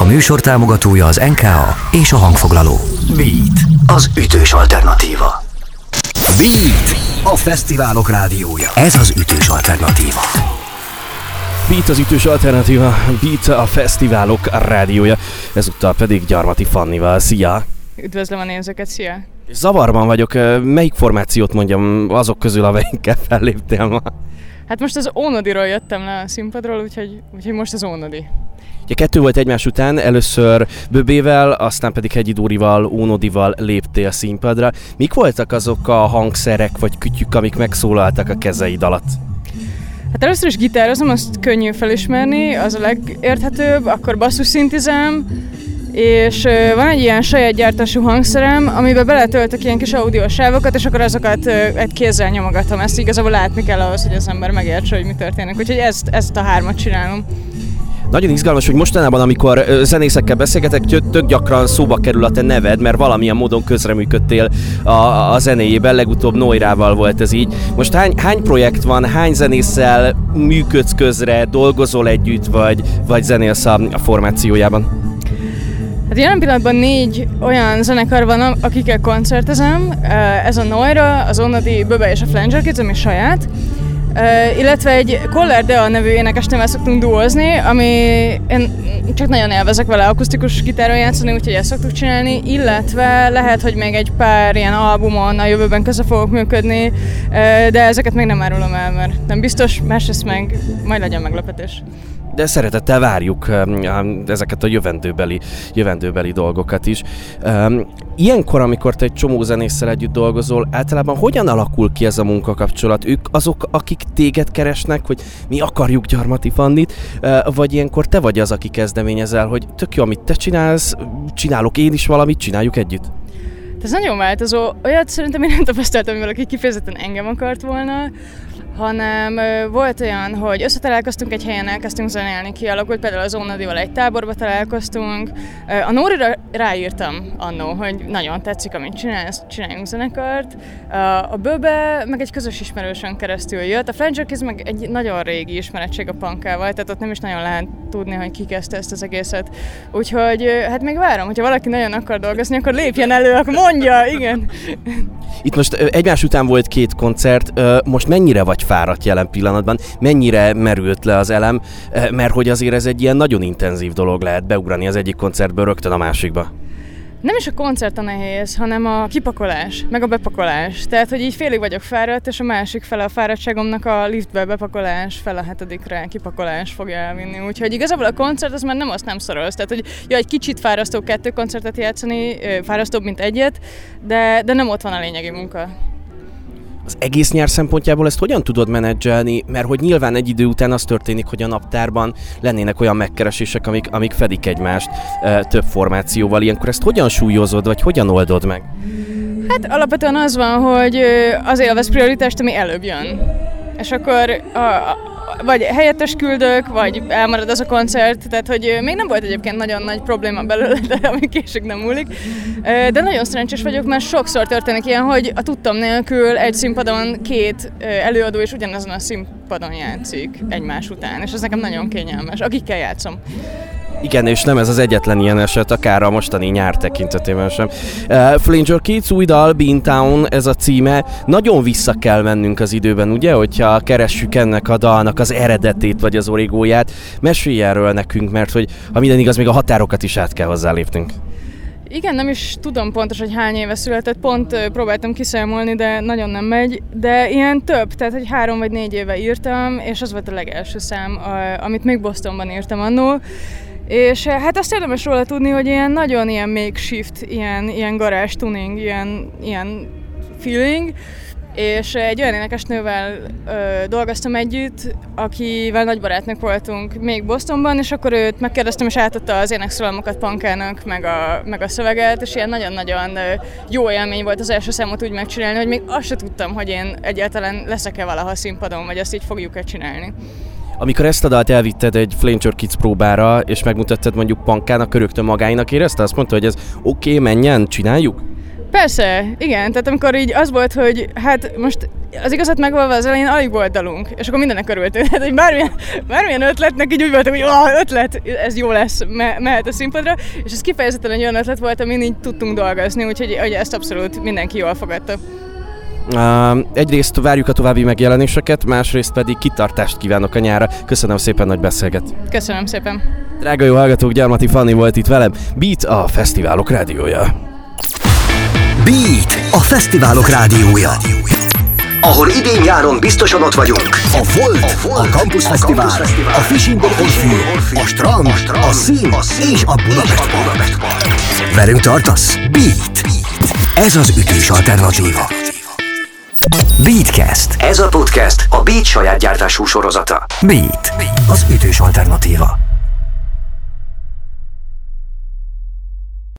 műsor támogatója az NKA és a hangfoglaló. Beat, az ütős alternatíva. Beat, a fesztiválok rádiója. Ez az ütős alternatíva. Beat az ütős alternatíva, Beat a fesztiválok rádiója. Ezúttal pedig Gyarmati Fannival. Szia! Üdvözlöm a nézőket, szia! Zavarban vagyok, melyik formációt mondjam azok közül, amelyikkel felléptél ma? Hát most az Ónodiról jöttem le a színpadról, úgyhogy most az Ónodi. Ugye 2 volt egymás után, először Böbével, aztán pedig Hegyi Dórival, Ónodival léptél színpadra. Mik voltak azok a hangszerek vagy kütyük, amik megszólaltak a kezeid alatt? Hát először is gitározom, azt könnyű felismerni, az a legérthetőbb, akkor basszusszintizem, és van egy ilyen saját gyártású hangszerem, amiben beletöltök ilyen kis audiós sávokat, és akkor azokat egy kézzel nyomogatom. Ezt igazából látni kell ahhoz, hogy az ember megértse, hogy mi történik. Úgyhogy ezt a 3-at csinálom. Nagyon izgalmas, hogy mostanában, amikor zenészekkel beszélgetek, tök gyakran szóba kerül a te neved, mert valamilyen módon közreműködtél a zenéjében, legutóbb Noirával volt ez így. Most hány projekt van, hány zenésszel működsz közre, dolgozol együtt, vagy zenélsz a formációjában? Hát jelen pillanatban 4 olyan zenekar van, akikkel koncertezem. Ez a Noira, az Ónodi, Böbe és a Flanger Kids, ami saját. Illetve egy Koller Dea nevű énekesnővel szoktunk duózni, ami én csak nagyon élvezek vele akusztikus gitáron játszani, úgyhogy ezt szoktuk csinálni, illetve lehet, hogy még egy pár ilyen albumon a jövőben közre fogok működni, de ezeket még nem árulom el, mert nem biztos, másrészt meg majd legyen meglepetés. De szeretettel várjuk ezeket a jövendőbeli dolgokat is. Ilyenkor, amikor te egy csomó zenésszel együtt dolgozol, általában hogyan alakul ki ez a munkakapcsolat? Ők azok, akik téged keresnek, hogy mi akarjuk Gyarmati Fannit, vagy ilyenkor te vagy az, aki kezdeményezel, hogy tök jó, amit te csinálsz, csinálok én is valamit, csináljuk együtt? Ez nagyon változó. Olyat szerintem én nem tapasztaltam, hogy valaki kifejezetten engem akart volna, hanem volt olyan, hogy összetalálkoztunk egy helyen, elkezdtünk zenélni, kialakult, például az Ónodival egy táborba találkoztunk. A Nórira ráírtam annó, hogy nagyon tetszik, amit csinálsz, csináljunk zenekart. A Böbe meg egy közös ismerősön keresztül jött, a Flanger Kids meg egy nagyon régi ismerettség a punkával, tehát ott nem is nagyon lehet tudni, hogy ki kezdte ezt az egészet. Úgyhogy hát még várom, hogyha valaki nagyon akar dolgozni, akkor lépjen elő, akkor mondja, igen. Itt most egymás után volt 2 koncert, most mennyire vagy fáradt jelen pillanatban, mennyire merült le az elem, mert hogy azért ez egy ilyen nagyon intenzív dolog lehet beugrani az egyik koncertből rögtön a másikba. Nem is a koncert a nehéz, hanem a kipakolás, meg a bepakolás. Tehát, hogy így félig vagyok fáradt, és a másik fele a fáradtságomnak a liftbe bepakolás, fel a 7-re kipakolás fogja elvinni. Úgyhogy igazából a koncert az már nem szorolsz. Tehát, hogy egy kicsit fárasztó 2 koncertet játszani, fárasztóbb, mint egyet, de nem ott van a lényegi munka. Az egész nyár szempontjából ezt hogyan tudod menedzselni? Mert hogy nyilván egy idő után az történik, hogy a naptárban lennének olyan megkeresések, amik fedik egymást több formációval. Ilyenkor ezt hogyan súlyozod, vagy hogyan oldod meg? Hát alapvetően az van, hogy az élvez prioritást, ami előbb jön. És akkor vagy helyettes küldök, vagy elmarad az a koncert, tehát hogy még nem volt egyébként nagyon nagy probléma belőle, de ami később nem múlik. De nagyon szerencsés vagyok, mert sokszor történik ilyen, hogy a tudtam nélkül egy színpadon 2 előadó is ugyanezen a színpadon játszik egymás után, és ez nekem nagyon kényelmes, akikkel játszom. Igen, és nem ez az egyetlen ilyen eset, akár a mostani nyár tekintetében sem. Flanger Kids, új dal, Beantown, ez a címe. Nagyon vissza kell mennünk az időben, ugye, hogyha keressük ennek a dalnak az eredetét, vagy az origóját. Mesélj erről nekünk, mert hogy ha minden igaz, még a határokat is át kell hozzálépnünk. Igen, nem is tudom pontos, hogy hány éve született, pont próbáltam kiszámolni, de nagyon nem megy, de ilyen több, tehát hogy 3 vagy 4 éve írtam, és az volt a legelső szám, amit még Bostonban írtam annó. És hát azt érdemes róla tudni, hogy ilyen nagyon ilyen makeshift, ilyen garázs tuning, ilyen feeling, és egy olyan énekesnővel dolgoztam együtt, akivel nagy barátnők voltunk még Bostonban, és akkor őt megkérdeztem, és átadta az énekszólalmokat punkának, meg a szöveget, és ilyen nagyon-nagyon jó élmény volt az első számot úgy megcsinálni, hogy még azt se tudtam, hogy én egyáltalán leszek-e valaha színpadon, vagy ezt így fogjuk-e csinálni. Amikor ezt a dalt elvitted egy Flanger Kids próbára, és megmutattad mondjuk punkának, rögtön magáinak érezte? Azt mondta, hogy ez oké, menjen, csináljuk? Persze, igen, tehát amikor így az volt, hogy hát most az igazat megvalva az elején alig volt dalunk, és akkor mindennek örültünk. Tehát, hogy bármilyen ötletnek így úgy voltam, hogy ötlet, ez jó lesz, mehet a színpadra, és ez kifejezetten egy olyan ötlet volt, amin így tudtunk dolgozni, úgyhogy ezt abszolút mindenki jól fogadta. Egyrészt várjuk a további megjelenéseket, másrészt pedig kitartást kívánok a nyárra. Köszönöm szépen, hogy beszélget. Köszönöm szépen. Drága jó hallgatók, Gyarmati Fanni volt itt velem. Beat, a fesztiválok rádiója. Beat, a fesztiválok rádiója. Ahol idén-nyáron biztosan ott vagyunk. A Volt, a Campus Fesztivál, a Fishing Orfű, a Strand, a Szín és a Budapest Park. Velünk tartasz? Beat. Ez az ütős alternatíva. Beatcast. Ez a podcast a Beat saját gyártású sorozata. Beat, az ütős alternatíva.